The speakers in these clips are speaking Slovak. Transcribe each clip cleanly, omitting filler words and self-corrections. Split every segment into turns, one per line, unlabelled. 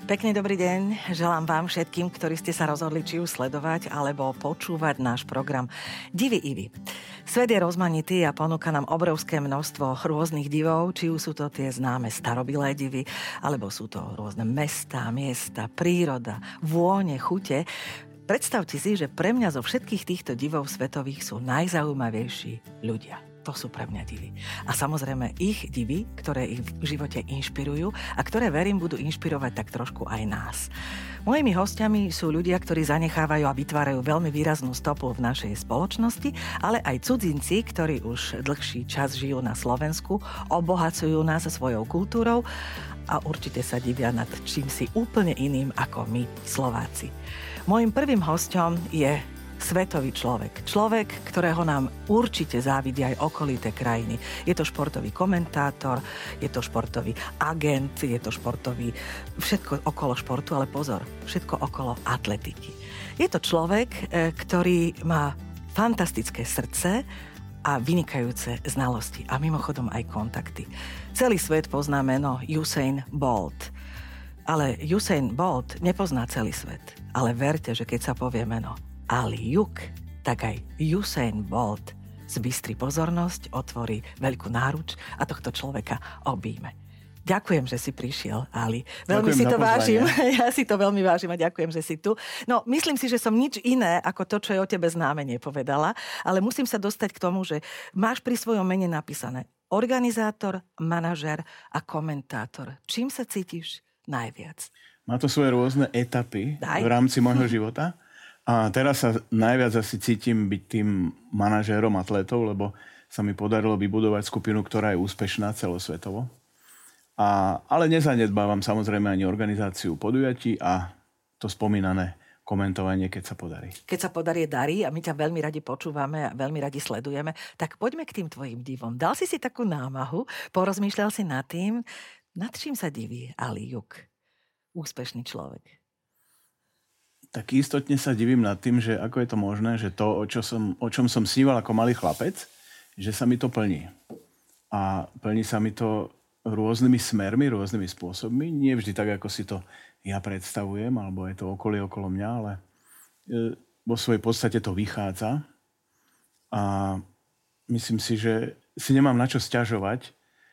Pekný dobrý deň, želám vám všetkým, ktorí ste sa rozhodli či už sledovať alebo počúvať náš program Divy Ivy. Svet je rozmanitý a ponúka nám obrovské množstvo rôznych divov, či už sú to tie známe starobilé divy, alebo sú to rôzne mestá, miesta, príroda, vône, chute. Predstavte si, že pre mňa zo všetkých týchto divov svetových sú najzaujímavejší ľudia. To sú pre mňa divy. A samozrejme ich divy, ktoré ich v živote inšpirujú a ktoré, verím, budú inšpirovať tak trošku aj nás. Mojimi hostiami sú ľudia, ktorí zanechávajú a vytvárajú veľmi výraznú stopu v našej spoločnosti, ale aj cudzinci, ktorí už dlhší čas žijú na Slovensku, obohacujú nás svojou kultúrou a určite sa divia nad čímsi úplne iným ako my, Slováci. Mojím prvým hosťom je svetový človek. Človek, ktorého nám určite závidia aj okolité krajiny. Je to športový komentátor, je to športový agent, je to športový... Všetko okolo športu, ale pozor, všetko okolo atletiky. Je to človek, ktorý má fantastické srdce a vynikajúce znalosti a mimochodom aj kontakty. Celý svet pozná meno Usain Bolt. Ale Usain Bolt nepozná celý svet. Ale verte, že keď sa povie meno Ali Juk, tak aj Usain Bolt zbystri pozornosť, otvorí veľkú náruč a tohto človeka objíme. Ďakujem, že si prišiel, Ali. Veľmi si to vážim. Ja si to veľmi vážim a ďakujem, že si tu. No, myslím si, že som nič iné ako to, čo je o tebe známe, nepovedala, ale musím sa dostať k tomu, že máš pri svojom mene napísané organizátor, manažer a komentátor. Čím sa cítiš najviac?
Má to svoje rôzne etapy v rámci môjho života. A teraz sa najviac asi cítim byť tým manažérom atlétov, lebo sa mi podarilo vybudovať skupinu, ktorá je úspešná celosvetovo. Ale nezanedbávam samozrejme ani organizáciu podujatí a to spomínané komentovanie, keď sa podarí.
Keď sa darí a my ťa veľmi radi počúvame a veľmi radi sledujeme, tak poďme k tým tvojim divom. Dal si takú námahu, porozmýšľal si nad tým, nad čím sa diví Ali Juk, úspešný človek.
Tak istotne sa divím nad tým, že ako je to možné, že to, o čom som sníval ako malý chlapec, že sa mi to plní. A plní sa mi to rôznymi smermi, rôznymi spôsobmi. Nie vždy tak, ako si to ja predstavujem, alebo je to okolie okolo mňa, ale vo svojej podstate to vychádza. A myslím si, že si nemám na čo sťažovať,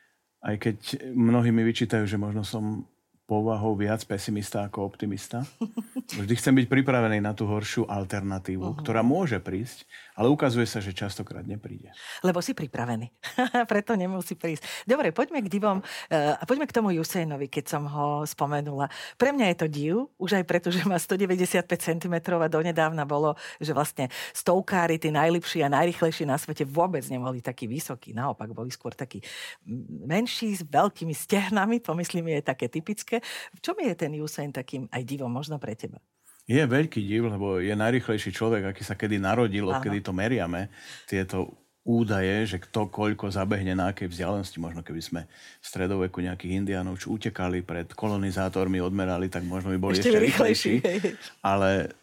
aj keď mnohí mi vyčítajú, že možno som povahou viac pesimista ako optimista. Vždy chcem byť pripravený na tú horšiu alternatívu, ktorá môže prísť, ale ukazuje sa, že častokrát nepríde.
Lebo si pripravený. Preto nemusí prísť. Dobre, poďme k divom a poďme k tomu Usainovi, keď som ho spomenula. Pre mňa je to div, už aj preto, že má 195 cm a donedávna bolo, že vlastne stovkári, tí najlepší a najrýchlejší na svete vôbec neboli takí vysokí. Naopak, boli skôr takí menší, s veľkými stehnami, pomyslím, je také typické. V čom je ten Usain takým aj divom možno pre teba?
Je veľký div, lebo je najrýchlejší človek, aký sa kedy narodil, odkedy to meriame. Tieto údaje, že kto koľko zabehne na akej vzdialenosti, možno keby sme v stredoveku nejakých indiánov čo utekali pred kolonizátormi, odmerali, tak možno by boli ešte rýchlejší. Ale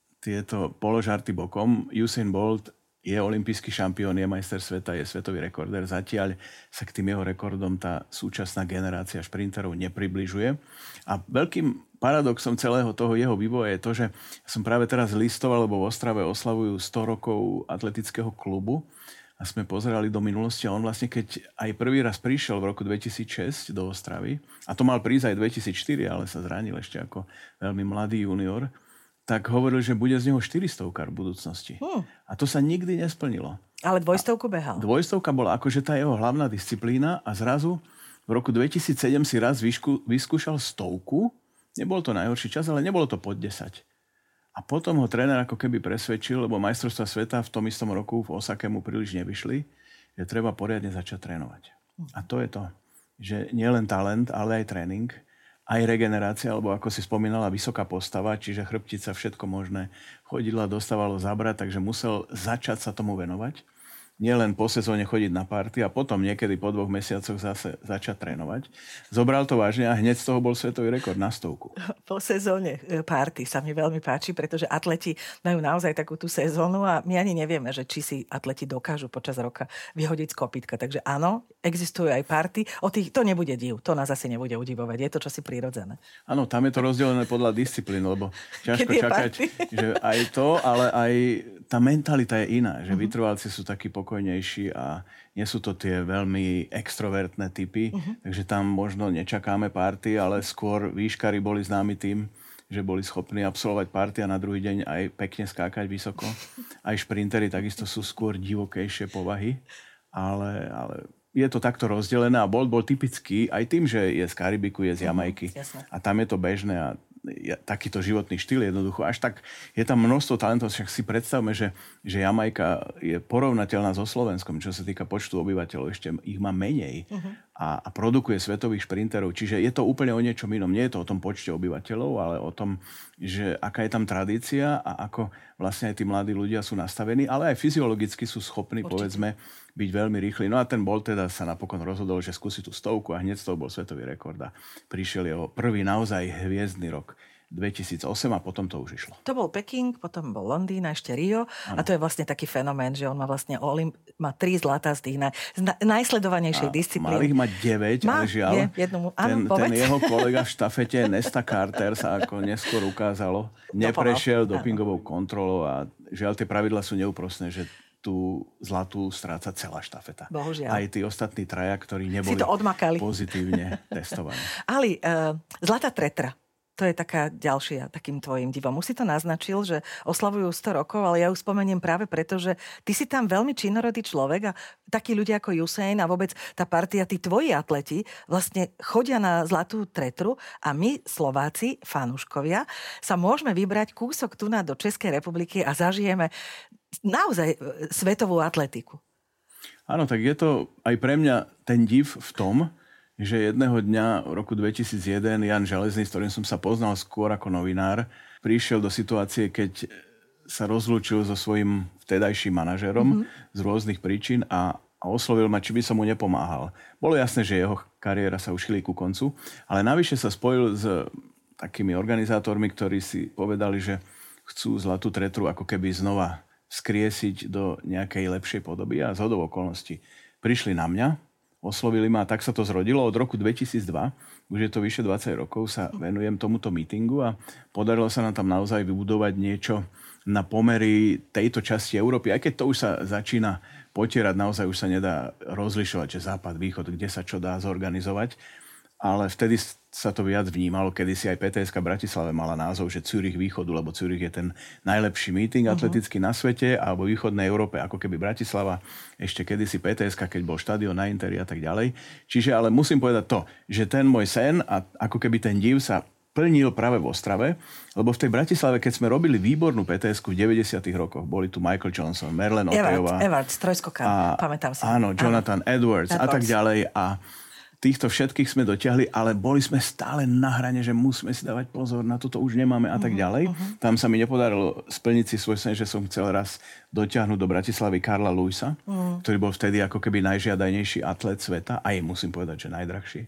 tieto položarty bokom, Usain Bolt je olympijský šampión, je majster sveta, je svetový rekorder. Zatiaľ sa k tým jeho rekordom tá súčasná generácia šprinterov nepribližuje. A veľkým paradoxom celého toho jeho vývoja je to, že som práve teraz listoval, lebo v Ostrave oslavujú 100 rokov atletického klubu a sme pozerali do minulosti a on vlastne, keď aj prvý raz prišiel v roku 2006 do Ostravy, a to mal prísť aj 2004, ale sa zranil ešte ako veľmi mladý junior, tak hovoril, že bude z neho 400-kár v budúcnosti. A to sa nikdy nesplnilo.
Ale dvojstovku behal.
Dvojstovka bola akože tá jeho hlavná disciplína a zrazu v roku 2007 si raz vyskúšal 100. Nebol to najhorší čas, ale nebolo to pod 10. A potom ho tréner ako keby presvedčil, lebo majstrovstvá sveta v tom istom roku v Osake mu príliš nevyšli, že treba poriadne začať trénovať. A to je to, že nie len talent, ale aj tréning, aj regenerácia, alebo ako si spomínala, vysoká postava, čiže chrbtica, všetko možné. Chodidla dostávalo zabrať, takže musel začať sa tomu venovať. nielen po sezóne chodiť na party a potom niekedy po 2 mesiacoch zase začať trénovať. Zobral to vážne a hneď z toho bol svetový rekord na 100.
Po sezóne party sa mi veľmi páči, pretože atleti majú naozaj takú tú sezónu a my ani nevieme, že či si atleti dokážu počas roka vyhodiť z kopytka. Takže áno, existujú aj party. O tých to nebude div, to nás asi nebude udivovať. Je to čosi prirodzené.
Áno, tam je to rozdelené podľa disciplín, lebo ťažko čakať, že aj to, ale aj tá mentalita je iná, že vytrvalci sú takí pokojnejší a nie sú to tie veľmi extrovertné typy, takže tam možno nečakáme party, ale skôr výškari boli známi tým, že boli schopní absolvovať party a na druhý deň aj pekne skákať vysoko. Aj šprintery takisto sú skôr divokejšie povahy, ale je to takto rozdelené a Bolt bol typický aj tým, že je z Karibiku, je z Jamajky a tam je to bežné a takýto životný štýl jednoducho. Až tak je tam množstvo talentov, však si predstavme, že Jamajka je porovnateľná so Slovenskom, čo sa týka počtu obyvateľov, ešte ich má menej a produkuje svetových šprinterov. Čiže je to úplne o niečom inom. Nie je to o tom počte obyvateľov, ale o tom, že aká je tam tradícia a ako vlastne aj tí mladí ľudia sú nastavení, ale aj fyziologicky sú schopní, povedzme, byť veľmi rýchli. No a ten Bolt teda sa napokon rozhodol, že skúsi tú 100 a hneď z toho bol svetový rekord a prišiel jeho prvý naozaj hviezdny rok 2008 a potom to už išlo.
To bol Peking, potom bol Londýn a ešte Rio. Ano. A to je vlastne taký fenomén, že on má vlastne má 3 zlatá z tých najsledovanejšej disciplíny.
Mal ich mať 9, ale žiaľ, ten jeho kolega v štafete Nesta Carter sa ako neskôr ukázalo, neprešiel dopingovou kontrolou a žiaľ, tie pravidlá sú neúprosné, že tú zlatú stráca celá štafeta.
Bohužiaľ.
Aj tí ostatní traja, ktorí neboli pozitívne testovaní.
Ali, zlatá tretra. To je takým tvojim divom. Už si to naznačil, že oslavujú 100 rokov, ale ja ju spomeniem práve preto, že ty si tam veľmi činorodý človek a takí ľudia ako Usain a vôbec tá partia, tí tvoji atleti vlastne chodia na zlatú tretru a my, Slováci, fanúškovia, sa môžeme vybrať kúsok tu do Českej republiky a zažijeme naozaj svetovú atletiku.
Áno, tak je to aj pre mňa ten div v tom, že jedného dňa v roku 2001 Jan Železný, s ktorým som sa poznal skôr ako novinár, prišiel do situácie, keď sa rozlúčil so svojím vtedajším manažerom z rôznych príčin a oslovil ma, či by som mu nepomáhal. Bolo jasné, že jeho kariéra sa už chýli ku koncu, ale navyše sa spojil s takými organizátormi, ktorí si povedali, že chcú zlatú tretru ako keby znova skriesiť do nejakej lepšej podoby a zhodou okolností prišli na mňa, oslovili ma a tak sa to zrodilo. Od roku 2002, už je to vyše 20 rokov, sa venujem tomuto mítingu a podarilo sa nám tam naozaj vybudovať niečo na pomery tejto časti Európy. Aj keď to už sa začína potierať, naozaj už sa nedá rozlišovať, že západ, východ, kde sa čo dá zorganizovať. Ale vtedy sa to viac vnímalo, kedy si aj PTSK Bratislave mala názov, že Zürich východu, lebo Zürich je ten najlepší meeting atletický na svete, alebo v východnej Európe, ako keby Bratislava, ešte kedysi PTSK, keď bol štadión na Interi a tak ďalej. Čiže ale musím povedať to, že ten môj sen a ako keby ten div sa plnil práve v Ostrave, lebo v tej Bratislave, keď sme robili výbornú PTSku v 90. rokoch, boli tu Michael Johnson, Marlene Otajová.
Edwards, trojskokán, pamätám si.
Áno, Jonathan Edwards a tak ďalej a týchto všetkých sme dotiahli, ale boli sme stále na hrane, že musíme si dávať pozor, na toto už nemáme a tak ďalej. Tam sa mi nepodarilo splniť si svoj sen, že som chcel raz dotiahnuť do Bratislavy Karla Lewisa, ktorý bol vtedy ako keby najžiadanejší atlet sveta, aj musím povedať, že najdrahší.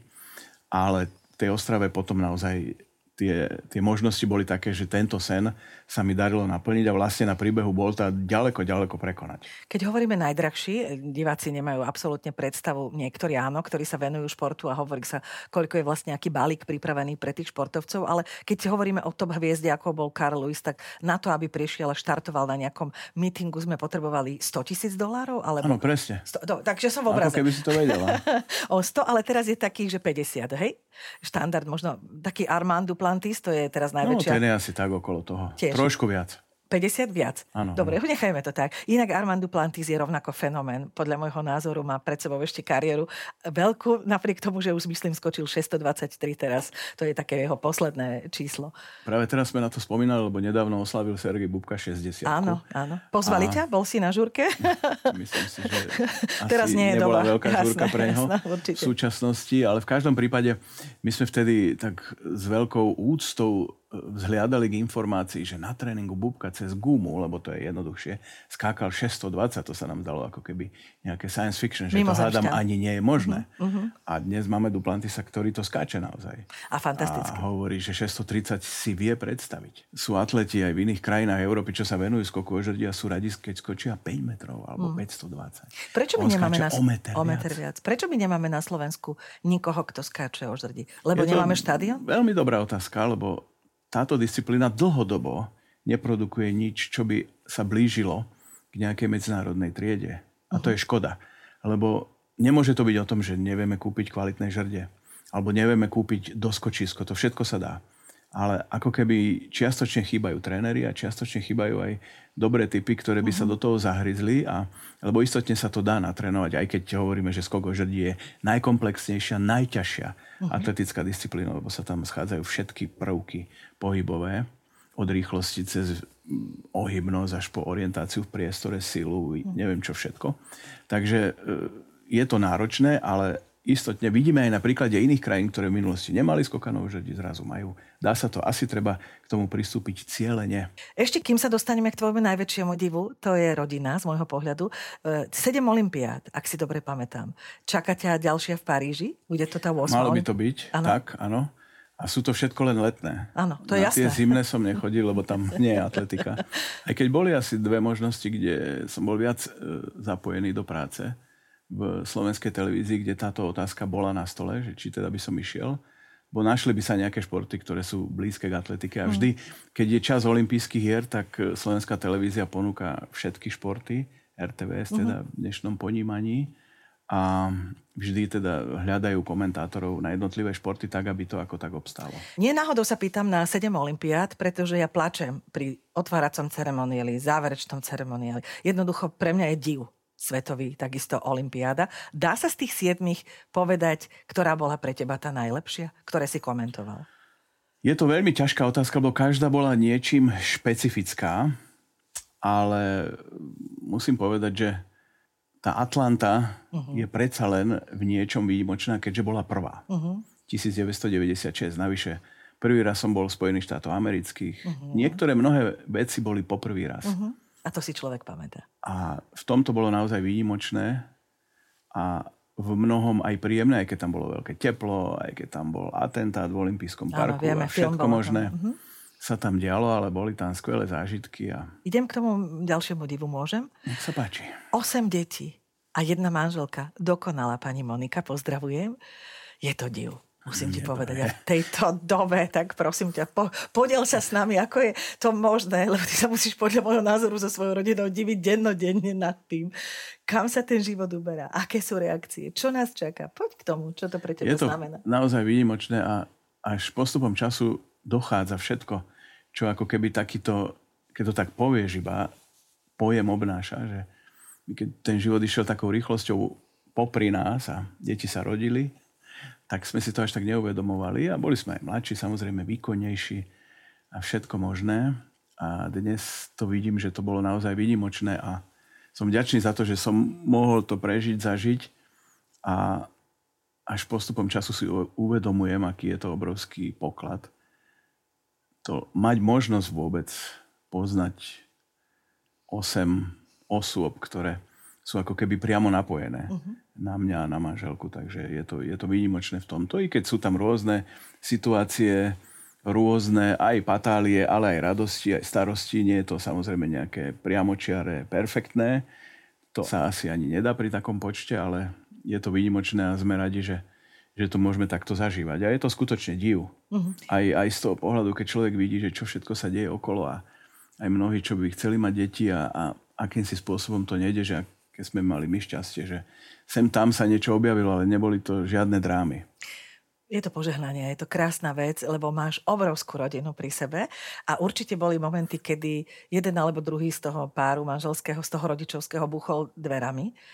Ale v tej Ostrave potom naozaj tie možnosti boli také, že tento sen sa mi darilo naplniť a vlastne na príbehu Bolta ďaleko prekonať.
Keď hovoríme najdrahší, diváci nemajú absolútne predstavu, niektorí áno, ktorí sa venujú športu a hovorí sa, koľko je vlastne aký balík pripravený pre tých športovcov, ale keď hovoríme o top hviezde, ako bol Carl Lewis, tak na to, aby prišiel a štartoval na nejakom mítingu, sme potrebovali $100,000? Alebo...
Áno, presne.
Takže som v obraze.
Ako keby si to vedela.
O 100, ale teraz je takých, že 50, hej? Štandard, možno taký Armand Duplantis, to je teraz najväčšia.
No, ten je asi tak okolo toho. Tiež. Trošku viac.
50 viac?
Áno.
Dobre, nechajme to tak. Inak Armand Duplantis je rovnako fenomén. Podľa môjho názoru má pred sebou ešte kariéru veľkú, napriek tomu, že už myslím skočil 623 teraz. To je také jeho posledné číslo.
Práve teraz sme na to spomínali, lebo nedávno oslavil Sergej Bubka 60.
Áno. Pozvali ťa? Bol si na žurke?
Myslím si, že
teraz
asi
nie je
nebola
doma.
Veľká žurka pre neho v súčasnosti, ale v každom prípade my sme vtedy tak s veľkou úctou vzhliadali k informácii, že na tréningu Bubka cez gumu, lebo to je jednoduchšie, skákal 620, to sa nám zdalo ako keby nejaké science fiction, že to hádam ani nie je možné. A dnes máme Duplantisa, ktorý to skáče naozaj.
A fantasticky.
A hovorí, že 630 si vie predstaviť. Sú atleti aj v iných krajinách Európy, čo sa venujú skoku o žrdi a sú radi, keď skočia 5 metrov alebo 520.
Prečo my nemáme
o meter viac.
Prečo my nemáme na Slovensku nikoho, kto skáče o žrdi? Lebo nemáme štadión?
Veľmi dobrá otázka, lebo táto disciplína dlhodobo neprodukuje nič, čo by sa blížilo k nejakej medzinárodnej triede. A to je škoda. Lebo nemôže to byť o tom, že nevieme kúpiť kvalitné žrde. Alebo nevieme kúpiť doskočisko. To všetko sa dá. Ale ako keby čiastočne chýbajú tréneri a čiastočne chýbajú aj dobré typy, ktoré by sa do toho zahryzli. Lebo istotne sa to dá natrénovať, aj keď hovoríme, že skok o žrdi je najkomplexnejšia, najťažšia atletická disciplína, lebo sa tam schádzajú všetky prvky pohybové, od rýchlosti cez ohybnosť až po orientáciu v priestore, silu, neviem čo všetko. Takže je to náročné, ale istotne vidíme aj na príklade iných krajín, ktoré v minulosti nemali skokanov žrdi, zrazu majú. Dá sa to, asi treba k tomu pristúpiť cieľene.
Ešte kým sa dostaneme k tvojmu najväčšiemu divu, to je rodina z môjho pohľadu. 7 olympiád, ak si dobre pamätám. Čaká ťa ďalšia v Paríži? Bude to tá 8.
Malo by to byť, tak, áno. A sú to všetko len letné.
Áno, to je jasné.
Na tie zimné som nechodil, lebo tam nie je atletika. Aj keď boli asi 2 možnosti, kde som bol viac zapojený do práce, v slovenskej televízii, kde táto otázka bola na stole, že či teda by som išiel, bo našli by sa nejaké športy, ktoré sú blízke k atletike. A vždy, keď je čas olympijských hier, tak slovenská televízia ponúka všetky športy, RTVS teda v dnešnom ponímaní. A vždy teda hľadajú komentátorov na jednotlivé športy tak, aby to ako tak obstálo.
Nie náhodou sa pýtam na 7 olympiád, pretože ja plačem pri otváracom ceremoniáli, záverečnom ceremoniáli. Jednoducho pre mňa je div svetový, takisto olympiáda. Dá sa z tých 7 povedať, ktorá bola pre teba tá najlepšia, ktoré si komentoval?
Je to veľmi ťažká otázka, lebo každá bola niečím špecifická, ale musím povedať, že tá Atlanta je predsa len v niečom výnimočná, keďže bola prvá. 1996, navyše. Prvý raz som bol v Spojených štátoch amerických. Niektoré mnohé veci boli po prvý raz.
A to si človek pamätá.
A v tomto bolo naozaj výnimočné a v mnohom aj príjemné, aj keď tam bolo veľké teplo, aj keď tam bol atentát v olympijskom parku.
Vieme,
a všetko možné sa tam dialo, ale boli tam skvelé zážitky.
Idem k tomu ďalšiemu divu, môžem?
Nech sa páči.
8 detí a 1 manželka. Dokonalá pani Monika, pozdravujem. Je to div. Musím ti povedať, a v tejto dobe, tak prosím ťa, podiel sa s nami, ako je to možné, lebo ty sa musíš podľa môjho názoru so svojou rodinou diviť dennodenne nad tým, kam sa ten život uberá, aké sú reakcie, čo nás čaká. Poď k tomu, čo to pre teba znamená.
Je to naozaj výnimočné a až postupom času dochádza všetko, čo ako keby takýto, keď to tak povieš iba, pojem obnáša, že keď ten život išiel takou rýchlosťou popri nás a deti sa rodili, tak sme si to až tak neuvedomovali a boli sme aj mladší, samozrejme výkonnejší a všetko možné. A dnes to vidím, že to bolo naozaj výnimočné a som vďačný za to, že som mohol to prežiť, zažiť a až postupom času si uvedomujem, aký je to obrovský poklad. To mať možnosť vôbec poznať 8 osôb, ktoré sú ako keby priamo napojené na mňa a na manželku. Takže je to výnimočné v tomto. I keď sú tam rôzne situácie, rôzne aj patálie, ale aj radosti, aj starosti. Nie je to samozrejme nejaké priamočiare, perfektné. To sa asi ani nedá pri takom počte, ale je to výnimočné a sme radi, že to môžeme takto zažívať. A je to skutočne div. Aj z toho pohľadu, keď človek vidí, že čo všetko sa deje okolo a aj mnohí, čo by chceli mať deti a akýmsi spôsobom to nejde, že keď sme mali my šťastie, že sem tam sa niečo objavilo, ale neboli to žiadne drámy.
Je to požehnanie, je to krásna vec, lebo máš obrovskú rodinu pri sebe a určite boli momenty, kedy jeden alebo druhý z toho páru manželského, z toho rodičovského buchol dverami.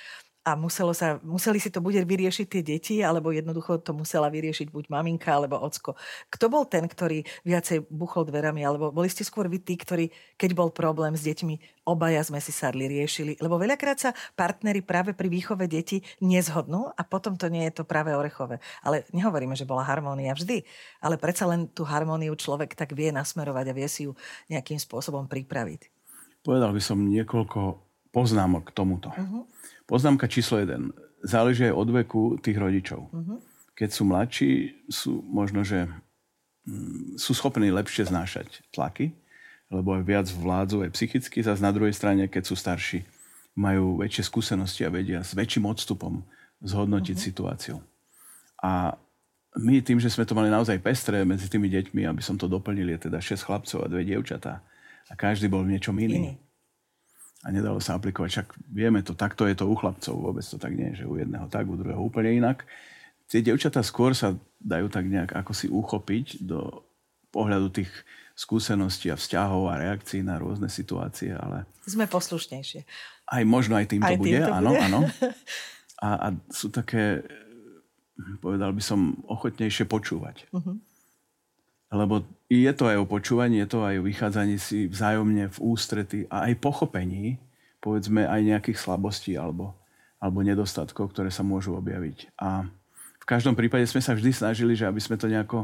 a museli si to bude vyriešiť tie deti, alebo jednoducho to musela vyriešiť buď maminka, alebo ocko. Kto bol ten, ktorý viacej buchol dverami, alebo boli ste skôr vy tí, ktorí, keď bol problém s deťmi, obaja sme si sadli, riešili? Lebo veľakrát sa partneri práve pri výchove detí nezhodnú a potom to nie je to práve orechové. Ale nehovoríme, že bola harmónia vždy, ale predsa len tú harmóniu človek tak vie nasmerovať a vie si ju nejakým spôsobom pripraviť.
Povedal by som niekoľko poznámok k tomuto. Poznámka číslo 1. Záleží aj od veku tých rodičov. Keď sú mladší, sú možno, že sú schopní lepšie znášať tlaky, lebo aj viac vládzu aj psychicky. Zas na druhej strane, keď sú starší, majú väčšie skúsenosti a vedia s väčším odstupom zhodnotiť situáciu. A my tým, že sme to mali naozaj pestré medzi tými deťmi, aby som to doplnil, je teda 6 chlapcov a 2 dievčatá. A každý bol v niečom iný. A nedalo sa aplikovať. Však vieme to, takto je to u chlapcov. Vôbec to tak nie, že u jedného tak, u druhého úplne inak. Tie dievčatá skôr sa dajú tak nejak ako si uchopiť do pohľadu tých skúseností a vzťahov a reakcií na rôzne situácie, ale...
Sme poslušnejšie.
Aj možno aj týmto bude, áno. A sú také, povedal by som, ochotnejšie počúvať. Lebo je to aj o počúvaní, je to aj o vychádzaní si vzájomne v ústrety a aj pochopení, povedzme, aj nejakých slabostí alebo nedostatkov, ktoré sa môžu objaviť. A v každom prípade sme sa vždy snažili, že aby sme to nejako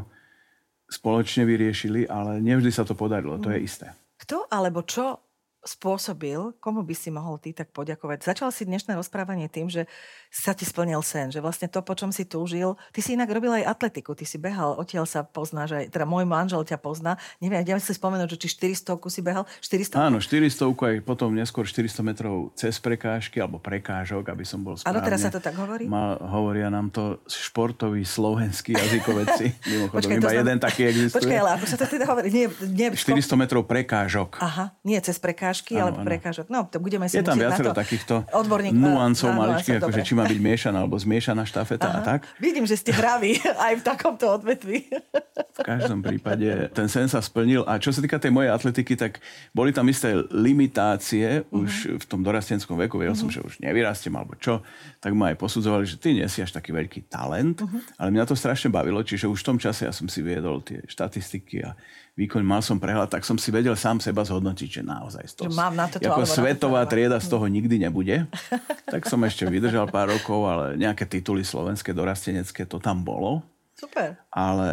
spoločne vyriešili, ale nevždy sa to podarilo, to je isté.
Kto alebo čo spôsobil, komu by si mohol ty tak poďakovať? Začal si dnešné rozprávanie tým, že sa ti splnil sen, že vlastne to, po čom si túžil, ty si inak robil aj atletiku, ty si behal, odtiaľ sa poznáš, aj, teda môj manžel ťa pozná, neviem, ja si spomenúť, že či 400 si behal, 400?
Áno, 400 aj potom neskôr 400 metrov cez prekážky, alebo prekážok, aby som bol správne.
Áno, teraz sa to tak hovorí?
Hovoria nám to športoví slovenskí jazykovedci. Mimochodom, iba jeden taký existuje.
Počkaj, ale ako sa to teda hovorí? Nie,
400 metrov prekážok.
Aha, nie cez prekážky, alebo prekážok. No, to budeme si
je tam viacero takýchto nuancov maličkých, akože či má byť miešaná alebo zmiešaná štafeta a tak.
Vidím, že ste hraví aj v takomto odvetví.
V každom prípade ten sen sa splnil. A čo sa týka tej mojej atletiky, tak boli tam isté limitácie už v tom dorastenskom veku. Vedel som, že už nevyrastiem alebo čo. Tak ma aj posudzovali, že ty nie si až taký veľký talent. Ale mňa to strašne bavilo, čiže už v tom čase ja som si viedol tie štatistiky a výkon, mal som prehľad, tak som si vedel sám seba zhodnotiť, že naozaj to ako svetová trieda z toho nikdy nebude. Tak som ešte vydržal pár rokov, ale nejaké tituly slovenské, dorastenecké, to tam bolo.
Super.
Ale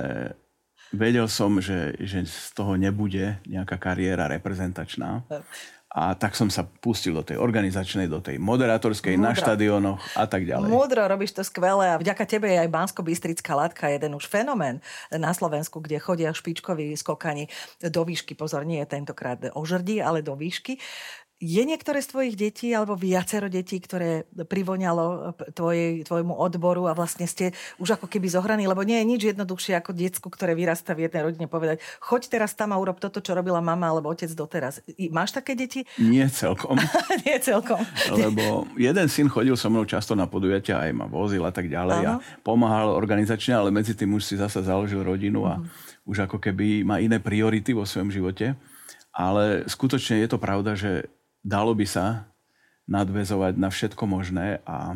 vedel som, že z toho nebude nejaká kariéra reprezentačná. A tak som sa pustil do tej organizačnej, do tej moderátorskej, na štadiónoch a tak ďalej.
Múdro, robíš to skvelé a vďaka tebe je aj Banskobystrická Latka jeden už fenomén na Slovensku, kde chodia špičkoví skokani do výšky. Pozor, nie je tentokrát o žrdi, ale do výšky. Je niektoré z tvojich detí alebo viacero detí, ktoré privoňalo tvojmu odboru a vlastne ste už ako keby zohraní, lebo nie je nič jednoduchšie ako decku, ktoré vyrastá v jednej rodine, povedať, choď teraz tam a urob toto, čo robila mama alebo otec doteraz. Máš také deti?
Nie celkom.
Nie celkom.
Lebo jeden syn chodil so mnou často na podujatia, aj ma vozil a tak ďalej a pomáhal organizačne, ale medzi tým už si zasa založil rodinu a už ako keby má iné priority vo svojom živote. Ale skutočne je to pravda, že dalo by sa nadväzovať na všetko možné a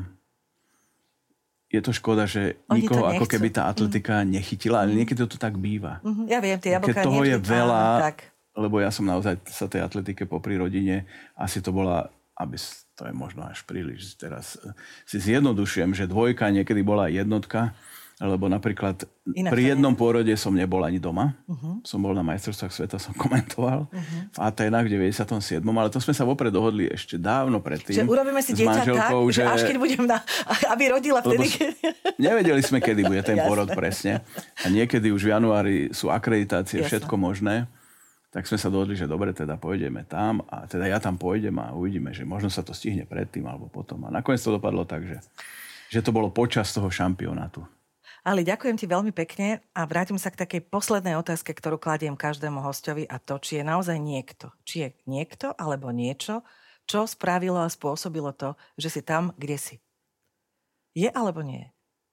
je to škoda, že nikoho ako keby tá atletika nechytila, ale niekedy to tak býva.
Ja viem, tie jablká
keď toho je veľa, lebo ja som naozaj sa tej atletike popri rodine, asi to bola, to je možno až príliš, teraz si zjednodušujem, že dvojka niekedy bola jednotka, lebo napríklad pri jednom pôrode som nebol ani doma. Som bol na majstrovstvách sveta, som komentoval v Aténach v 97. Ale to sme sa vopred dohodli ešte dávno predtým.
Že urobíme si dieťa tak, že až keď budem aby rodila vtedy.
Nevedeli sme, kedy bude ten pôrod presne. A niekedy už v januári sú akreditácie, všetko možné. Tak sme sa dohodli, že dobre, teda pôjdeme tam a teda ja tam pôjdem a uvidíme, že možno sa to stihne predtým alebo potom. A nakoniec to dopadlo tak, že to bolo počas toho šampionátu.
Ale ďakujem ti veľmi pekne a vrátim sa k takej poslednej otázke, ktorú kladiem každému hostovi a to, či je naozaj niekto. Či je niekto alebo niečo, čo spravilo a spôsobilo to, že si tam, kde si. Je alebo nie?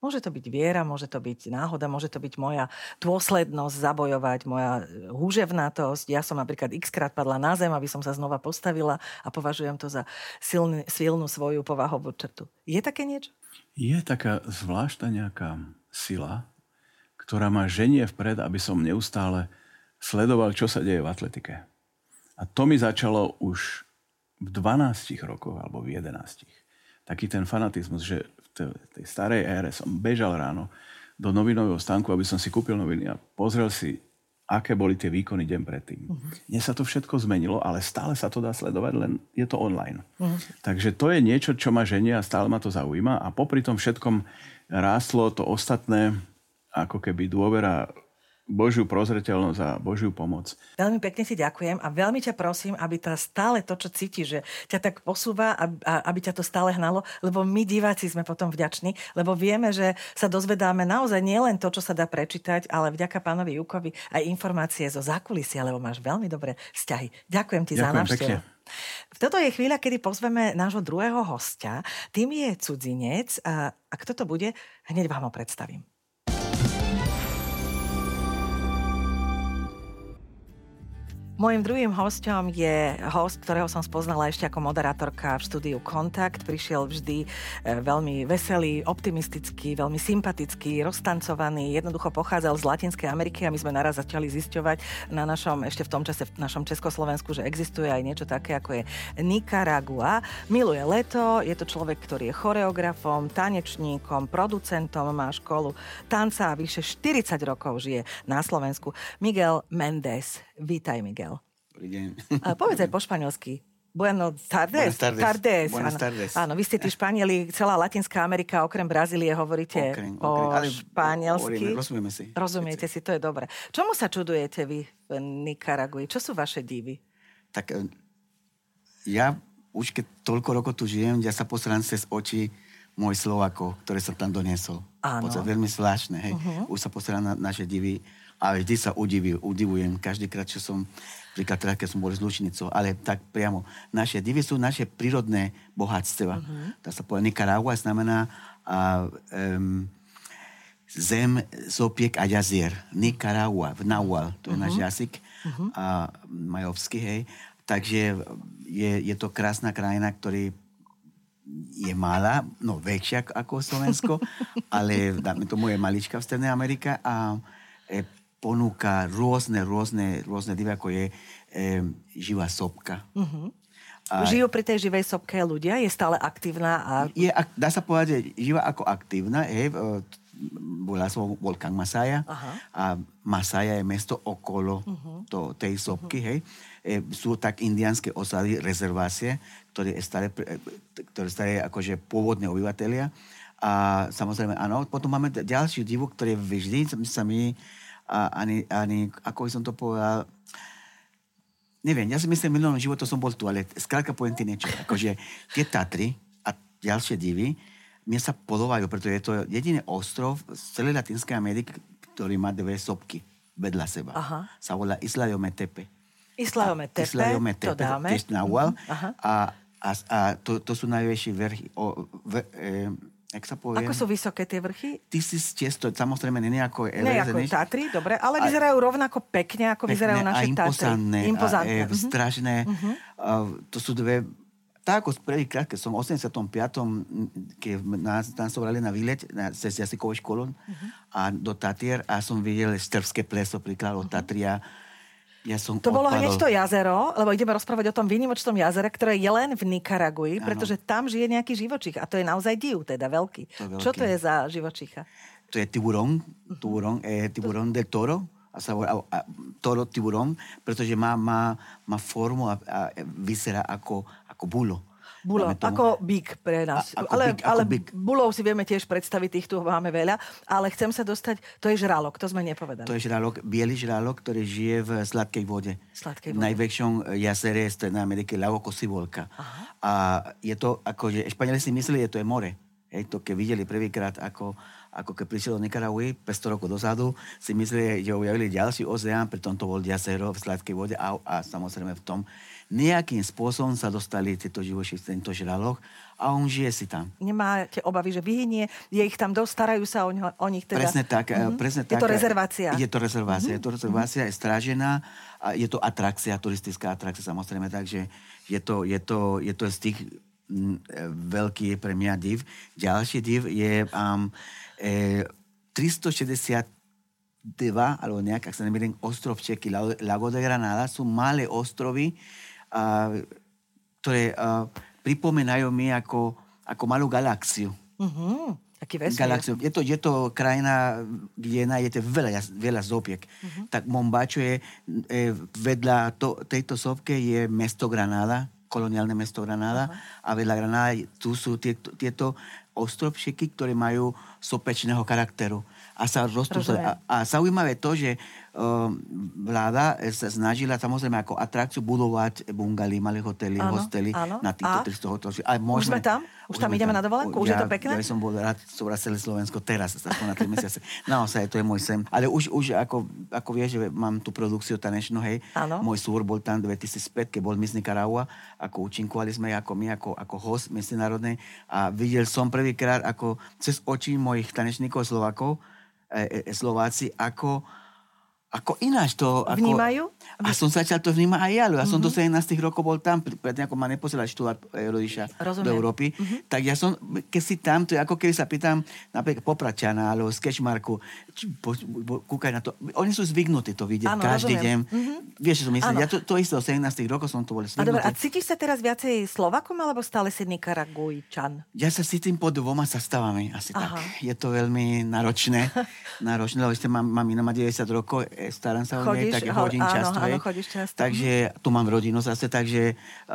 Môže to byť viera, môže to byť náhoda, môže to byť moja dôslednosť zabojovať, moja húževnatosť. Ja som napríklad x-krát padla na zem, aby som sa znova postavila a považujem to za silnú svoju povahovú črtu. Je také niečo?
Je taká zvláštna nejaká sila, ktorá ma ženie vpred, aby som neustále sledoval, čo sa deje v atletike. A to mi začalo už v 12 rokoch alebo v 11. Taký ten fanatizmus, že v tej starej ére som bežal ráno do novinového stánku, aby som si kúpil noviny a pozrel si, aké boli tie výkony deň predtým. Dnes sa to všetko zmenilo, ale stále sa to dá sledovať, len je to online. Takže to je niečo, čo ma ženie a stále ma to zaujíma. A popri tom všetkom rástlo to ostatné, ako keby dôvera Božiu prozreteľnosť a Božiu pomoc.
Veľmi pekne ti ďakujem a veľmi ťa prosím, aby to stále to, čo cítiš, že ťa tak posúva, aby ťa to stále hnalo, lebo my diváci sme potom vďační, lebo vieme, že sa dozvedáme naozaj nielen to, čo sa dá prečítať, ale vďaka pánovi Jukovi aj informácie zo zákulisia, lebo máš veľmi dobré vzťahy. Ďakujem ti za návštevu. Toto je chvíľa, kedy pozveme nášho druhého hostia. Tým je cudzinec a kto to bude, hneď vám ho predstavím. Mojím druhým hosťom je host, ktorého som spoznala ešte ako moderátorka v štúdiu Kontakt. Prišiel vždy veľmi veselý, optimistický, veľmi sympatický, roztancovaný. Jednoducho pochádzal z Latinskej Ameriky a my sme naraz začali zisťovať na ešte v tom čase v našom Československu, že existuje aj niečo také, ako je Nikaragua. Miluje leto, je to človek, ktorý je choreografom, tanečníkom, producentom, má školu tanca a vyše 40 rokov žije na Slovensku. Miguel Méndez. Vítaj, Miguel.
Dobrý deň.
Povedz aj po španielsky. Buenos tardes.
Buenas tardes.
Áno, vy ste tí Španieli, celá Latinská Amerika, okrem Brazílie, hovoríte po španielsky.
Rozumieme si.
Rozumiete si, to je dobré. Čomu sa čudujete vy v Nikaragui? Čo sú vaše divy?
Tak ja už keď toľko rokov tu žijem, ja sa pozerám cez oči môj Slovákov, ktoré som tam doniesol.
Áno.
Veľmi zvláštne, hej. Už sa pozerám na naše divy a vždy sa udivujem. Každýkrát, čo som, príklad teda, keď som bol z Lučnicou, ale tak priamo. Naše divy sú naše prírodné bohatstva. Dá sa povedať, Nikaragua znamená zem, sopiek a jazier. Nikaragua, v Nahual, to je náš jazyk majovský, hej. Takže je to krásna krajina, ktorý je malá, no väčšia ako Slovensko, ale dáme tomu je malička v Strednej Amerike a ponúka rôzne divy, ako je živá sopka.
Žijú pri tej živej sopke ľudia? Je stále aktívna?
Dá sa povedať, živá ako aktívna. Volá sa volkán Masaya. A Masaya je mesto okolo tej sopky. Sú tak indiánske osady, rezervácie, ktoré staré akože pôvodné obyvatelia. A samozrejme, áno. Potom máme ďalšiu divu, ktoré vždy sa mi ani, ako som to povedal, neviem, ja si myslím, v minulom životu som bol tu, ale skrátka poviem ti niečo. Akože tie Tatry a ďalšie divy mne sa podobajú, pretože je to jediný ostrov z celej Latinskej Ameriky, ktorý má dve sopky vedľa seba. Sa volá Isla de Ometepe.
Isla de Ometepe, to dáme.
Tiež Nahual. A to sú najväčšie vrchy. Jak sa povie?
Ako sú vysoké tie vrchy?
1600, samozrejme, nie ako
Everest. Nie ako Tatry, dobre, ale vyzerajú rovnako pekne, ako vyzerajú naše Tatry.
Impozantné. Strašné. To sú dve... Tak ako prvýkrát, keď som v 85. keď nás brali na výlet cez jazykovú školu a do Tatier a som videl štrbské pleso, príklad od Tatria. Ja som
to bolo hneď to jazero, lebo ideme rozprávať o tom výnimočnom jazere, ktoré je len v Nikaragui, pretože tam žije nejaký živočích. A to je naozaj div, teda veľký. Čo to je za živočícha?
To je tiburón del toro. A sa volá toro tiburón, pretože má formu a vyzerá ako bulo.
Bulo, ako bík pre nás. Ale bulov si vieme tiež predstaviť, tých tu máme veľa, ale chcem sa dostať, to je žralok, to sme nepovedali.
To je žralok, biely žralok, ktorý žije v sladkej vode. V najväčšom jazere Strednej Ameriky, Lago Cocibolca. A je to, akože, Španieli si mysleli, že to je more. hej, to keď videli prvýkrát, ako keď prišiel do Nikaraguy 500 rokov dozadu, si mysleli, že objavili ďalší oceán, pritom to bol jazero v sladkej vode a samozrejme v tom nejakým spôsobom sa dostali tieto živočíšce, tento žraloch a on žije si tam.
Nemáte obavy, že vyhynie, je ich tam dosť, starajú sa o nich teda?
Presne tak.
Je to rezervácia?
Je to rezervácia, je strážená a je to atrakcia, turistická atrakcia samozrejme, takže je to z tých veľký pre mňa div. Ďalší div je 362, alebo nejak, ak sa nemýlim, ostrovčeky Lago de Granada. Sú malé ostrovy, ktoré pripomínajú mi ako malú galaxiu.
Taký vesmír.
Je to krajina, kde nájdete veľa zopiek. Tak Mombacho je vedľa tejto sopke je mesto Granada, koloniálne mesto Granada. A vedľa Granada tu sú tieto ostrovčeky, ktoré majú sopečného charakteru. A sa rostú. A zaujímavé to, že vláda sa snažila samozrejme ako atrakciu budovať bungaly, malé hotely, hostely na týchto 300 hoteloch.
Už sme tam? Už tam ideme na dovolenku? Už je to pekné?
Ja som bol rád, som celé Slovensko teraz, aspoň na 3 mesiace. Naozaj, to je môj sen. Ale už ako vieš, že mám tú produkciu tanečnú, hej. Môj súr bol tam 2005, keď bol Miss Nicaragua, ako účinkovali sme ako host medzinárodnej a videl som prvýkrát ako cez oči mojich tanečníkov Slováci, ako ináč to...
Vnímajú?
A som začal to vnímať aj ja. Ja som do 17 rokov bol tam, predtým ako ma neposielali študovať rodičia do Európy. Tak ja som, keď si tam, to je ako keby sa pýtam napríklad Popračana alebo z Kešmarku, kúkaj na to. Oni sú zvyknutí to vidieť každý deň. Vieš, čo som myslel? Ja to isté, do 17 rokov som to bol zvyknutý.
A cítiš sa teraz viacej Slovakom alebo stále si Nikaragujčan?
Ja sa cítim pod 2 zastavami asi tak. Je to veľmi náročné, lebo ešte mám 90 rokov, starám sa o nej, tak hodím často.
Chodíš často.
Takže tu mám rodinu zase, takže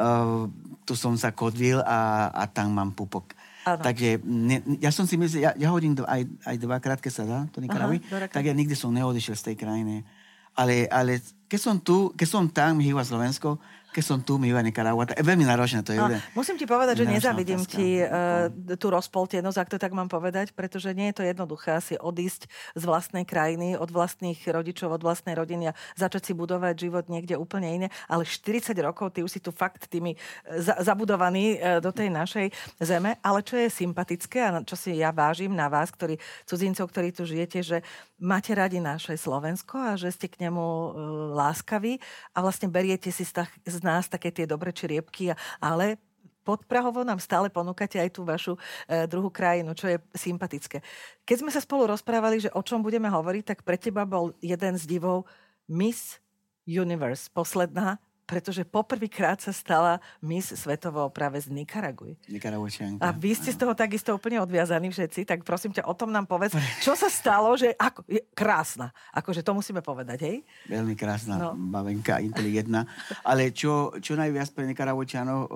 tu som sa kodvil a tam mám pupok. Takže ja som si myslel, ja hodím aj 2-krát, keď sa dá, to Nikaraguy, tak ja nikdy som neodišiel z tej krajiny. Ale keď som tam, hýba Slovensko, keď som tu, mi iba Nicaragua. Je veľmi náročné to je.
Musím ti povedať, že nezavidím ti tú rozpoltenosť, ak to tak mám povedať, pretože nie je to jednoduché asi odísť z vlastnej krajiny, od vlastných rodičov, od vlastnej rodiny a začať si budovať život niekde úplne iné. Ale 40 rokov, ty už si tu fakt tými zabudovaný do tej našej zeme. Ale čo je sympatické a čo si ja vážim na vás, cudzincov, ktorí tu žijete, že máte radi naše Slovensko a že ste k nemu láskaví a vlastne beriete si z nás také tie dobré čriepky, ale podprahovo nám stále ponúkate aj tú vašu druhú krajinu, čo je sympatické. Keď sme sa spolu rozprávali, že o čom budeme hovoriť, tak pre teba bol jeden z divov Miss Universe, posledná, pretože poprvýkrát sa stala Miss svetovou práve z Nikaraguy.
Nikaragučanka.
A vy ste z toho takisto úplne odviazaní všetci, tak prosím ťa, o tom nám povedz. Čo sa stalo, že krásna. Akože to musíme povedať, hej?
Veľmi krásna bavenka, inteligentná. Ale čo najviac pre Nikaragučanov,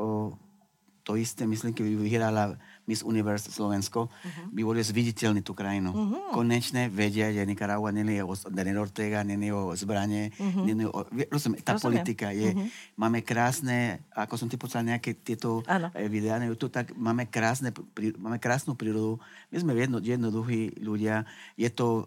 to isté, myslím, keď vyhrala Miss Universe Slovensko, by boli zviditeľní tú krajinu. Konečne vedia, že Nicaragua nie je o Daniel Ortega, nie je o zbrane, tá politika je. Máme krásne, ako som ti povedal, nejaké tieto videá na YouTube, tak máme krásnu prírodu. My sme jednoduchí ľudia. Je to...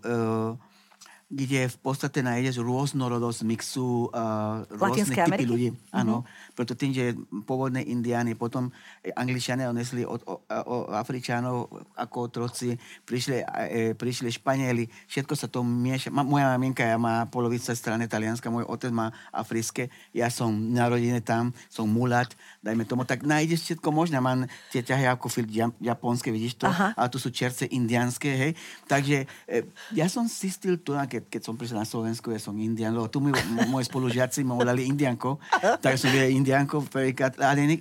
kde v podstate nájdeš rôznorodosť mixu rôznych typy ľudí. Áno, preto tým, že pôvodné Indiány, potom Angličania onesli od Afričanov ako otroci, prišli Španieli, všetko sa to mieša. Moja maminka má polovica strany talianska, môj otec má africké, ja som narodený tam, som mulat, dajme tomu, tak nájdeš všetko možné. Mám tie ťahy ako japonské, vidíš to? A tu sú čerce indiánske, hej. Takže ja som zistil tu, keď som prišiel na Slovensku, ja som Indian, lebo tu moji spolužiaci ma volali Indianko, tak som videl Indianko prvýkrát. Ale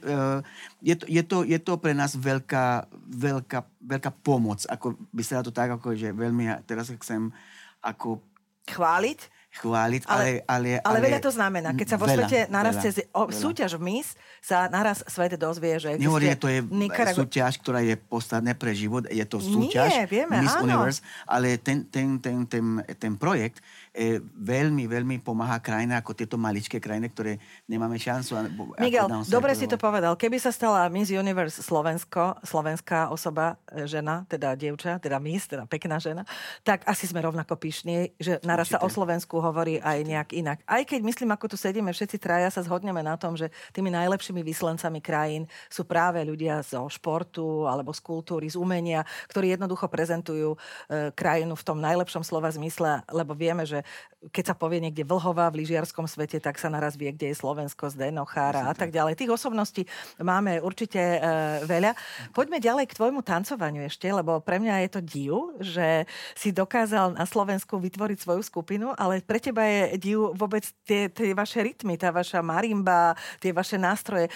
je to pre nás veľká pomoc. Ako by sa to tak, ako, že veľmi, teraz chcem ako... Chváliť, ale
veľa to znamená. Keď sa vo svete naraz cez súťaž v Miss sa naraz svet dozvie, že...
Nehovorím, to je súťaž, ktorá je podstatná pre život. Je to súťaž Miss Universe, ale ten projekt veľmi, veľmi pomáha krajina ako tieto maličké krajiny, ktoré nemáme šancu.
Miguel, dobre si to povedal. Keby sa stala Miss Universe slovenská osoba, žena, teda dievča, teda Miss, teda pekná žena, tak asi sme rovnako pyšní, že naraz sa o Slovensku hovorí aj nejak inak. Aj keď myslím, ako tu sedíme, všetci traja sa zhodneme na tom, že tými najlepšími vyslancami krajín sú práve ľudia zo športu alebo z kultúry, z umenia, ktorí jednoducho prezentujú krajinu v tom najlepšom slova zmysle, lebo vieme, že keď sa povie niekde Vlhová v lyžiarskom svete, tak sa naraz vie, kde je Slovensko, Zdeno, Chára a tak ďalej. Tých osobností máme určite veľa. Poďme ďalej k tvojmu tancovaniu ešte, lebo pre mňa je to div, že si dokázal na Slovensku vytvoriť svoju skupinu, ale pre teba je div vôbec tie vaše rytmy, tá vaša marimba, tie vaše nástroje.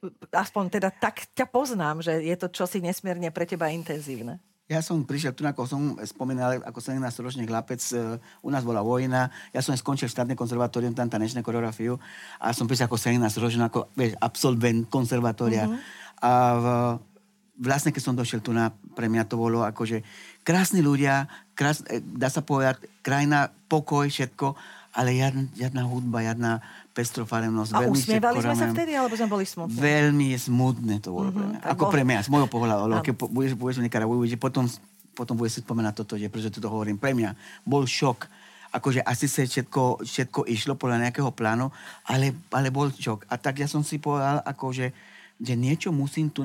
Aspoň teda tak ťa poznám, že je to čosi nesmierne pre teba intenzívne.
Ja som prišiel tu, ako som spomínal, ako 17-ročný chlapec, u nás bola vojna, ja som skončil štátne konzervatórium, tam tanečnú koreografiu a som prišiel ako 17-ročný, ako absolvent konzervatória. A vlastne, keď som došiel tu, pre mňa to bolo akože krásni ľudia, dá sa povedať, krajina, pokoj, všetko, ale žiadna hudba, žiadna pestrofarebnosť.
A usmievali sme sa vtedy, alebo sme boli smutní?
Veľmi smutné to bolo pre mňa. Ako pre mňa, z môjho pohľadu. Keď budeš v Nikaraguju, potom budeš si spomenať toto, že prečo to hovorím. Pre mňa bol šok. Akože asi sa všetko išlo podľa nejakého plánu, ale bol šok. A tak ja som si povedal, akože že niečo musím tu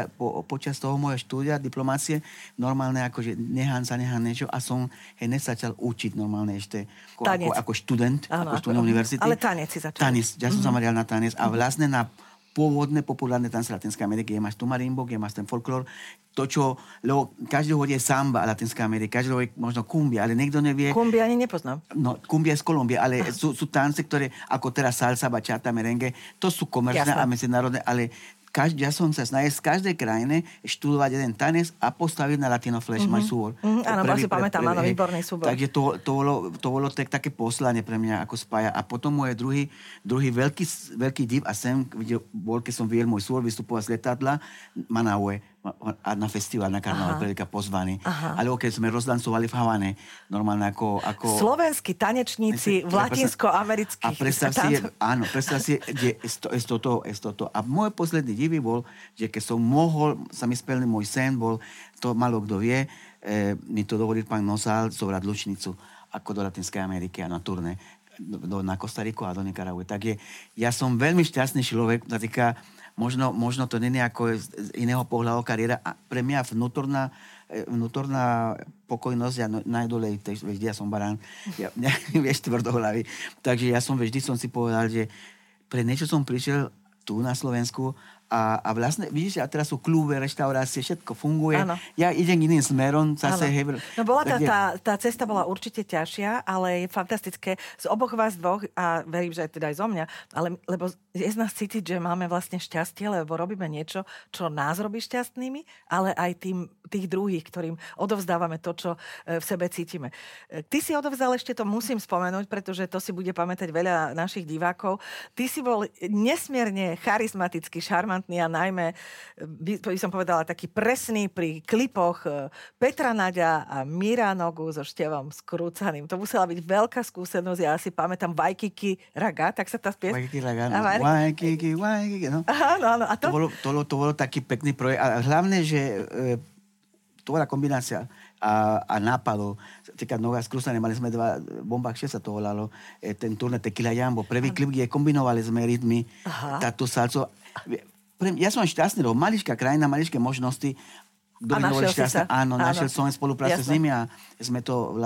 počas toho mojho štúdia, diplomácie, normálne akože nechám niečo a som hneď začal učiť normálne ešte ako študent, ako študent univerzity.
Ale tanec si začal.
Tanec, ja som sa marial na tanec a vlastne na pôvodné populárne tance Latinskej Ameriky, kde máš tu marimbo, kde máš ten folklór, to, čo, lebo každý hovorí samba a Latinská Amerika, každý hovorí možno kumbia, ale niekto nevie.
Kumbia ani nepoznám.
No, kumbia je z Kolumbie, ale sú tance, ktoré, ako teraz salsa, bachata, merengue, to sú komerčné a medzinárodné, ale ja som sa snažil z každej krajine študovať jeden tanec a postaviť na Latino Flash my súbor.
Áno, si pamätám, áno, výborný súbor.
Takže to bolo také poslanie pre mňa, ako spája. A potom môj druhý veľký div a sem, bol, keď som videl môj súbor vystupovať z letadla Manaue a na festival, na karnál, veľká pozvaný. Alebo keď sme rozdancovali v Havane, normálne ako
slovenskí tanečníci v latinsko-amerických.
A predstav si, že je toto. A môj posledný divý bol, že keď som mohol, sa mi splnil môj sen, bol, to malo kto vie, mi to dovolil pán Nosal zobrať lučnicu ako do Latinskej Ameriky a na turné na Kostariku a do Nikaraguy. Takže ja som veľmi šťastný človek, týka možno to nie je ako z iného pohľadu kariéra. A pre mňa vnútorná pokojnosť a najdôležitejšie, vždy ja som barán, vieš, tvrdohlavý. Takže ja som si povedal, že pre niečo som prišiel tu na Slovensku a vlastne, vidíš, a teraz sú kluby, reštaurácie, všetko funguje. Áno. Ja idem iným smerom, zase...
No tá cesta bola určite ťažšia, ale je fantastické z oboch vás dvoch, a verím, že aj teda aj zo mňa, ale lebo je z nás cítiť, že máme vlastne šťastie, lebo robíme niečo, čo nás robí šťastnými, ale aj tých druhých, ktorým odovzdávame to, čo v sebe cítime. Ty si odovzdal, ešte to musím spomenúť, pretože to si bude pamätať veľa našich divákov. Ty si bol nesmierne charizmatický, šarmantný a najmä, by som povedala, taký presný pri klipoch Petra Naďa a Míra Nogu so Števom Skrúcaným. To musela byť veľká skúsenosť. Ja si pamätám Waikiki Raga, tak sa tá spies...
Waikiki Raga, Waikiki, no.
Áno. A
to bolo taký pekný projekt. A hlavne, že to bola kombinácia a nápadov. Týka Noga Skrúcané, mali sme Bomba 6 sa to volalo, ten turné Tequila Jambo. Prvý klip, kde kombinovali sme rytmy, táto salco. Ja som šťastný, lebo maličká krajina, maličké možnosti.
A našiel si sa?
Áno, našiel som spoluprácu s nimi a sme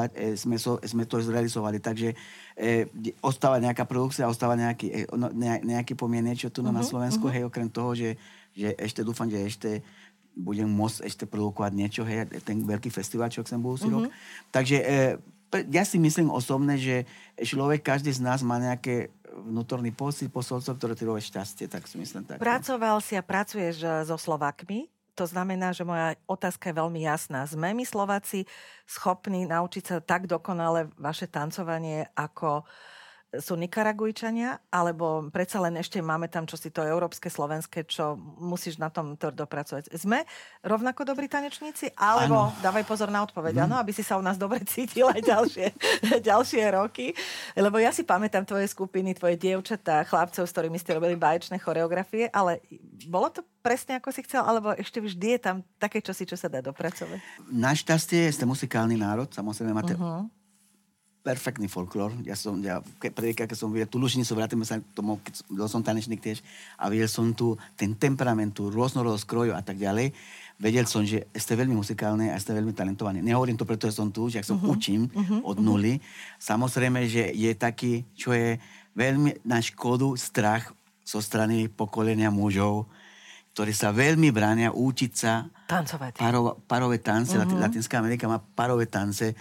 to zrealizovali. Takže ostáva nejaká produkcia, ostáva nejaký pomier niečo tu na Slovensku. Hej, okrem toho, že ešte dúfam, že ešte budem môcť ešte produkovať niečo, hej, ten veľký festival, čo chcem budúci rok. Takže ja si myslím osobne, že človek, každý z nás má nejaké vnútorný pocit, posolstvo, ktoré ty robí šťastie, tak si myslím tak.
Pracoval si a pracuješ so Slovákmi? To znamená, že moja otázka je veľmi jasná. Sme my Slováci schopní naučiť sa tak dokonale vaše tancovanie, ako sú Nikaragujčania, alebo predsa len ešte máme tam čosi to európske, slovenské, čo musíš na tom dopracovať. Sme rovnako dobrí tanečníci? Alebo, dávaj pozor na odpoveď, áno, aby si sa u nás dobre cítil aj ďalšie roky. Lebo ja si pamätám tvoje skupiny, tvoje dievčatá, chlapcov, s ktorými ste robili báječné choreografie, ale bolo to presne ako si chcel, alebo ešte vždy je tam také čosi, čo sa dá dopracovať?
Našťastie ste muzikálny národ, samozrejme máte perfektný folklór. Keď som videl tú Lužnicu, vrátime sa k tomu, keď som tanečník tiež, a videl som tu ten temperament, tú rôznorodosť krojov a tak ďalej. Vedel som, že ste veľmi muzikálne a ste veľmi talentovaní. Nehovorím to preto, že som tu, že ak som učím od nuly. Samozrejme, že je taký, čo je veľmi na škodu, strach zo strany pokolenia mužov, ktorí sa veľmi bránia učiť sa
tancovať.
Parové tance. Latinská Amerika má parové tance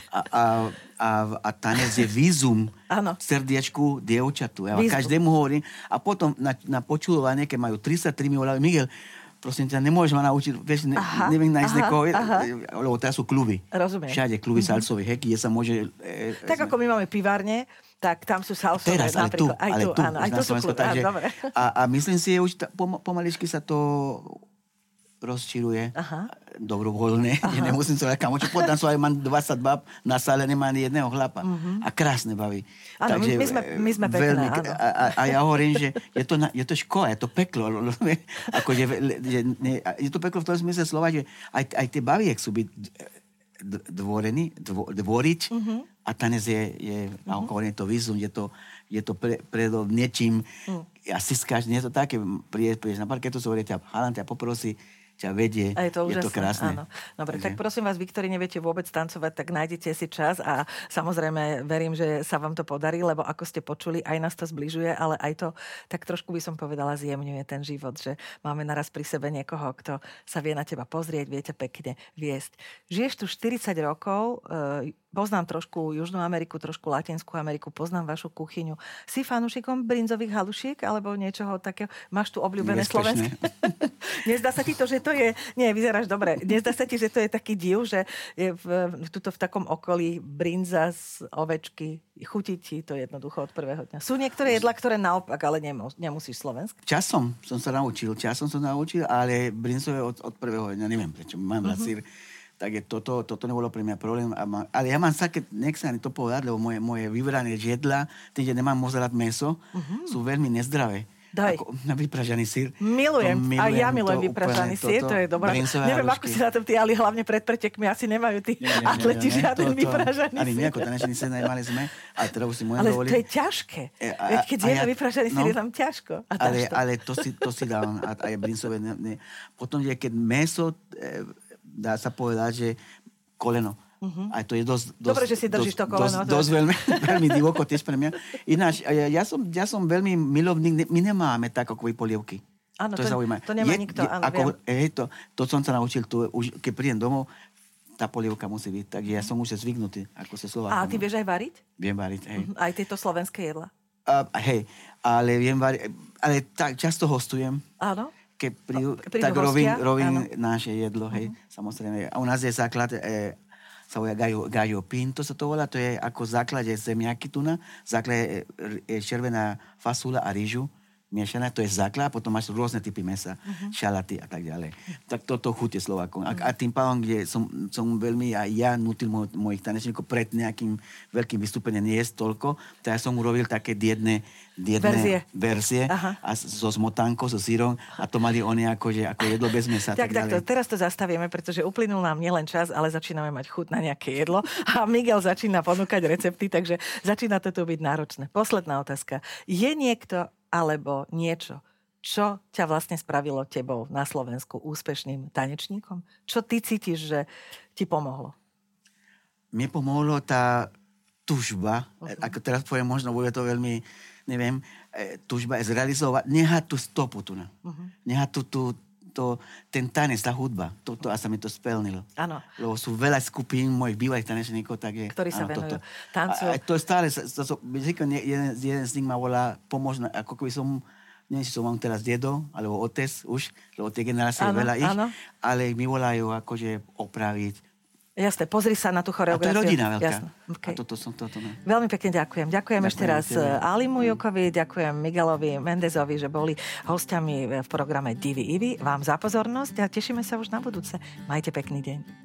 a tanec je vízum srdiečku dievčatu. Ja každému hovorím. A potom na počúvanie, keď majú 33, mi volajú, Miguel, prosím ťa, nemôžeš ma naučiť, vieš, neviem nájsť niekoho, lebo teraz sú kluby.
Rozumiem.
Všade kluby salsové, heky, kde sa môže...
Tak ako my máme pivárne, tak tam sú salsové
teraz,
napríklad. Aj tu sú kluby. A myslím si, že už pomaličky sa to rozčiruje. Dobrovoľne. Nemusím sa kamočo. Potom som aj mám 20 bab na sále, nemá ani jedného chlapa. A krásne baví. Áno, my sme pekné, áno.
A ja hovorím, že je to škola, je to peklo. Je to peklo v tom smysle slova, že aj tie baví, ak sú byť dvoriť, a tanec je hovorím, to výzum, je to pred niečím, a siskáš, nie je to také, prídeš na parketu, so hovorí, halan ťa poprosí, ťa vedie,
je to
krásne.
Áno. Dobre, tak prosím vás, vy, ktorí neviete vôbec tancovať, tak nájdete si čas a samozrejme verím, že sa vám to podarí, lebo ako ste počuli, aj nás to zbližuje, ale aj to tak trošku by som povedala zjemňuje ten život, že máme naraz pri sebe niekoho, kto sa vie na teba pozrieť, vie ťa pekne viesť. Žiješ tu 40 rokov, poznám trošku Južnú Ameriku, trošku Latinskú Ameriku, poznám vašu kuchyňu. Si fanúšikom brinzových halušiek alebo niečoho takého? Máš tu obľúbené slovenské? Nezdá sa ti to, že to je... Nie, vyzeráš dobre. Nezdá sa ti, že to je taký div, že je v takom okolí brinza z ovečky. Chutí ti to jednoducho od prvého dňa. Sú niektoré jedlá, ktoré naopak, ale nemusíš slovenské?
Časom som sa naučil, ale brinzové od prvého dňa. Neviem prečo. Mám sír. Takže toto nebolo pre mňa problém. Ale ja mám také, nech sa ani to povedať, lebo moje vybrané jedlá, tým, že nemám moc rád mäso, sú veľmi nezdravé.
Daj.
Ako na vypražaný sír.
Milujem. A ja milujem vypražaný sír, to je dobré. Neviem, ako si na tom ty, ale hlavne pred pretekmi asi nemajú tí atleti žiaden vypražaný sír.
Ani my ako tanečníci sír nemali sme, ale teda už si môžem dovoliť.
Ale to je ťažké. Keď zjeme vypražaný sír, je tam ťažko.
Ale to si dám. A je brinsové. Potom, keď mäso, dá sa povedať, že koleno. A to je dosť...
Dobre, že si držíš to koleno.
Dosť veľmi divoko tiež pre mňa. Ináč, ja som veľmi milovný, my nemáme tak ako polievky.
Áno, to nemá nikto. Áno,
to som sa naučil, keď prídem domov, tá polievka musí byť. Takže ja som už zvyknutý, ako sa Slovákom.
A ty vieš aj variť?
Viem variť, hej.
Aj tieto slovenské jedlá?
Hej, ale viem variť, ale tak často hostujem.
Áno.
Keď tak robím naše jedlo, hej, samozrejme. A u nás je základ... sa volá gallo pinto, sa to volá, to je ako základ je zemiaky tuna, základ je červená fasula a rýžu, miešaná, to je základ, a potom máš rôzne typy mesa, šalaty a tak ďalej. Tak toto chutie Slovákom. A tým pádom, kde som veľmi, aj ja nutil mojich tanečníkov pred nejakým veľkým vystúpením nie jesť toľko, tak ja som urobil také dietné verzie a so smotánkou, so sírom a to mali oni ako jedlo bez mesa.
Tak teraz to zastavíme, pretože uplynul nám nielen čas, ale začíname mať chuť na nejaké jedlo a Miguel začína ponúkať recepty, takže začína to tu byť náročné. Posledná otázka. Je niekto alebo niečo, čo ťa vlastne spravilo tebou na Slovensku úspešným tanečníkom? Čo ty cítiš, že ti pomohlo?
Mne pomohlo tá tužba, ako teraz poviem, možno bude to veľmi, neviem, tužba je zrealizovať, nehať tú stopu tu. Nehať ten tanec, tá hudba. Toto a sa mi to splnilo.
Áno.
Lebo sú veľa skupín mojich bývalých tanečníkov, tak je...
Ktorí sa venujú tancu.
A to stále, jeden z nich ma volá pomôcť, ako keby som, neviem, či som mám teraz dedo, alebo otec už, lebo tie generácie je veľa ich, ale mi volajú akože opraviť,
Jasné, pozri sa na tú choreografiu.
A to je rodina veľká.
Jasné. Okay.
A toto ne.
Veľmi pekne ďakujem. Ďakujem ešte raz Alimu Jukovi, ďakujem Miguelovi Mendezovi, že boli hostiami v programe Divy Ivy. Vám za pozornosť a tešíme sa už na budúce. Majte pekný deň.